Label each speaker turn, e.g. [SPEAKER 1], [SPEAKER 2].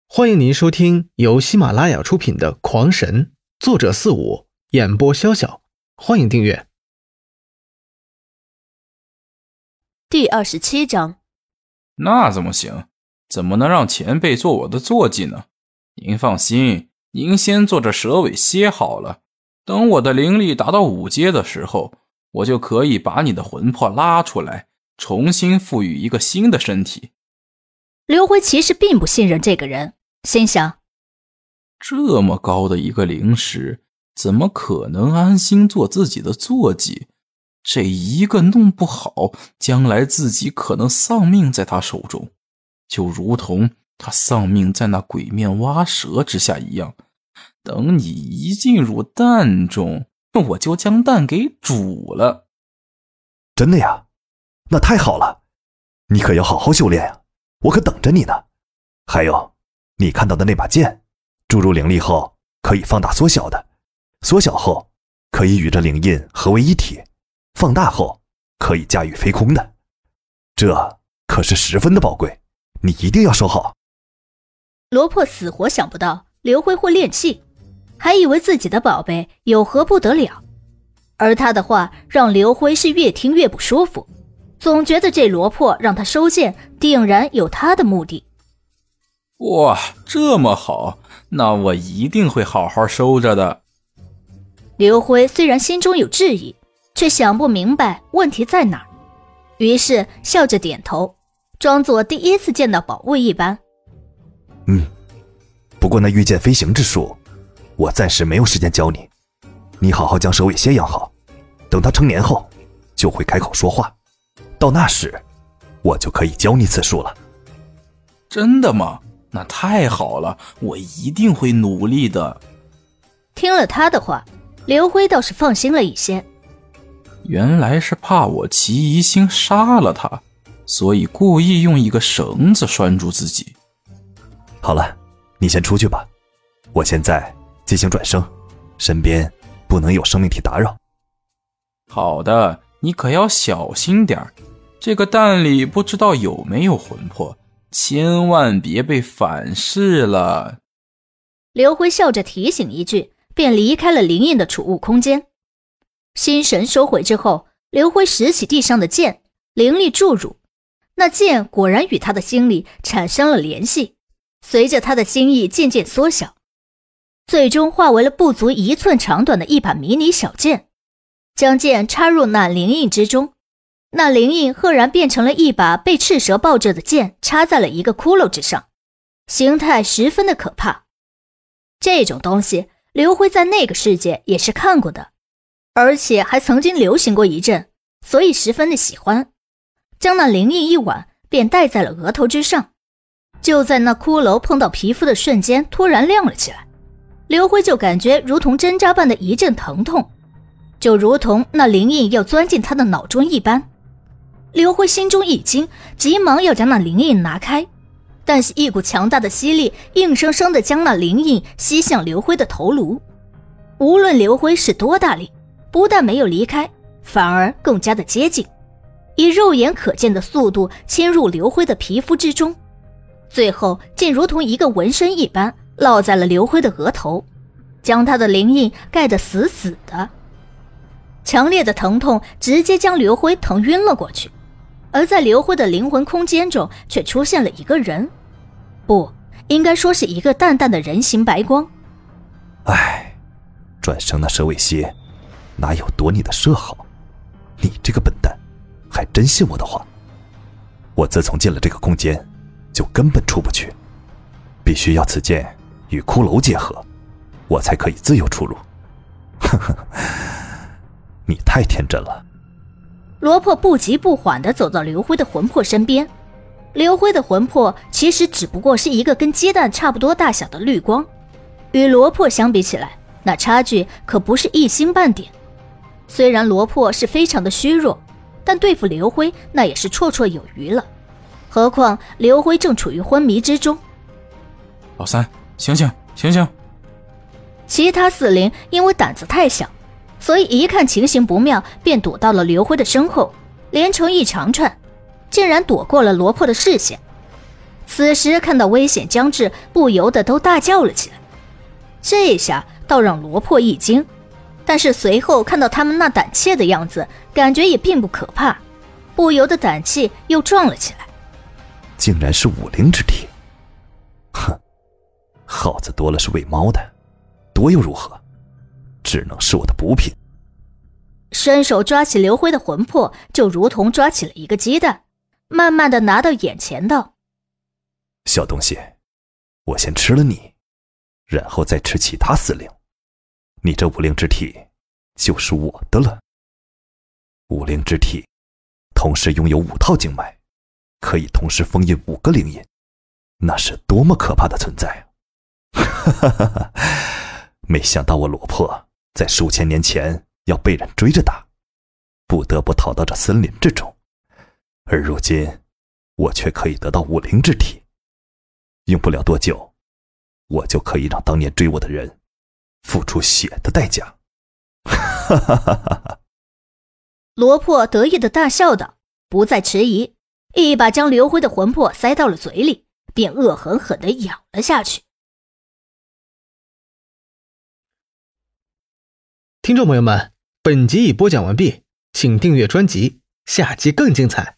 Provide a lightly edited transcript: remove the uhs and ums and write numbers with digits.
[SPEAKER 1] 欢迎您收听由喜马拉雅出品的《狂神》，作者四五，演播潇潇。欢迎订阅。
[SPEAKER 2] 第27章。
[SPEAKER 3] 那怎么行？怎么能让前辈做我的坐骑呢？您放心，您先做着蛇尾蝎好了。等我的灵力达到5阶的时候，我就可以把你的魂魄拉出来，重新赋予一个新的身体。
[SPEAKER 2] 刘辉其实并不信任这个人，心想，
[SPEAKER 3] 这么高的一个灵石，怎么可能安心做自己的坐骑？这一个弄不好，将来自己可能丧命在他手中，就如同他丧命在那鬼面蛙蛇之下一样。等你一进入蛋中，我就将蛋给煮了。
[SPEAKER 4] 真的呀？那太好了，你可要好好修炼呀，我可等着你呢。还有，你看到的那把剑，注入灵力后可以放大缩小的，缩小后可以与这灵印合为一体，放大后可以驾驭飞空的，这可是十分的宝贵，你一定要收好。
[SPEAKER 2] 罗珀死活想不到刘辉会炼气，还以为自己的宝贝有何不得了，而他的话让刘辉是越听越不舒服，总觉得这罗珀让他收剑定然有他的目的。
[SPEAKER 3] 哇，这么好，那我一定会好好收着的。
[SPEAKER 2] 刘辉虽然心中有质疑，却想不明白问题在哪儿，于是笑着点头，装作第一次见到宝物一般。
[SPEAKER 4] 不过那御剑飞行之术，我暂时没有时间教你，你好好将蛇尾蝎养好，等它成年后就会开口说话，到那时我就可以教你此术了。
[SPEAKER 3] 真的吗？那太好了，我一定会努力的。
[SPEAKER 2] 听了他的话，刘辉倒是放心了一些。
[SPEAKER 3] 原来是怕我齐疑心杀了他，所以故意用一个绳子拴住自己。
[SPEAKER 4] 好了，你先出去吧，我现在进行转生，身边不能有生命体打扰。
[SPEAKER 3] 好的，你可要小心点，这个蛋里不知道有没有魂魄，千万别被反噬了。
[SPEAKER 2] 刘辉笑着提醒一句，便离开了灵印的储物空间。心神收回之后，刘辉拾起地上的剑，灵力注入，那剑果然与他的心里产生了联系，随着他的心意渐渐缩小，最终化为了不足1寸长短的一把迷你小剑。将剑插入那灵印之中，那灵印赫然变成了一把被赤蛇抱着的剑，插在了一个窟窿之上，形态十分的可怕。这种东西刘辉在那个世界也是看过的，而且还曾经流行过一阵，所以十分的喜欢，将那灵印一挽便戴在了额头之上。就在那骷髅碰到皮肤的瞬间突然亮了起来，刘辉就感觉如同针扎般的一阵疼痛，就如同那灵印要钻进他的脑中一般。刘辉心中一惊，急忙要将那灵印拿开，但是一股强大的吸力硬生生地将那灵印吸向刘辉的头颅。无论刘辉是多大力，不但没有离开，反而更加的接近，以肉眼可见的速度侵入刘辉的皮肤之中，最后竟如同一个纹身一般落在了刘辉的额头，将他的灵印盖得死死的。强烈的疼痛直接将刘辉疼晕了过去，而在刘辉的灵魂空间中却出现了一个人，不，应该说是一个淡淡的人形白光。
[SPEAKER 4] 转生那蛇尾蝎哪有夺你的舍好，你这个笨蛋还真信我的话。我自从进了这个空间就根本出不去，必须要此剑与骷髅结合，我才可以自由出入。呵呵，你太天真了。
[SPEAKER 2] 罗珀不急不缓地走到刘辉的魂魄身边，刘辉的魂魄其实只不过是一个跟鸡蛋差不多大小的绿光，与罗珀相比起来，那差距可不是一星半点。虽然罗珀是非常的虚弱，但对付刘辉那也是绰绰有余了，何况刘辉正处于昏迷之中。
[SPEAKER 3] 老三，醒醒醒醒！
[SPEAKER 2] 其他4灵因为胆子太小，所以一看情形不妙，便躲到了刘辉的身后，连成一长串，竟然躲过了罗珀的视线。 此时看到危险将至，不由得都大叫了起来。这下倒让罗破一惊，但是随后看到他们那胆怯的样子，感觉也并不可怕，不由得胆气又壮了起来。
[SPEAKER 4] 竟然是武灵之体！哼，耗子多了是喂猫的，多又如何？只能是我的补品。
[SPEAKER 2] 伸手抓起刘辉的魂魄，就如同抓起了一个鸡蛋，慢慢的拿到眼前道：
[SPEAKER 4] 小东西，我先吃了你，然后再吃其他死灵，你这武灵之体就是我的了。武灵之体同时拥有5套经脉，可以同时封印5个灵印，那是多么可怕的存在啊！没想到我罗破在数千年前要被人追着打，不得不逃到这森林之中，而如今我却可以得到武灵之体，用不了多久，我就可以让当年追我的人付出血的代价。哈哈哈哈！
[SPEAKER 2] 罗破得意的大笑道，不再迟疑，一把将刘辉的魂魄塞到了嘴里，便恶狠狠地咬了下去。
[SPEAKER 1] 听众朋友们，本集已播讲完毕，请订阅专辑，下集更精彩。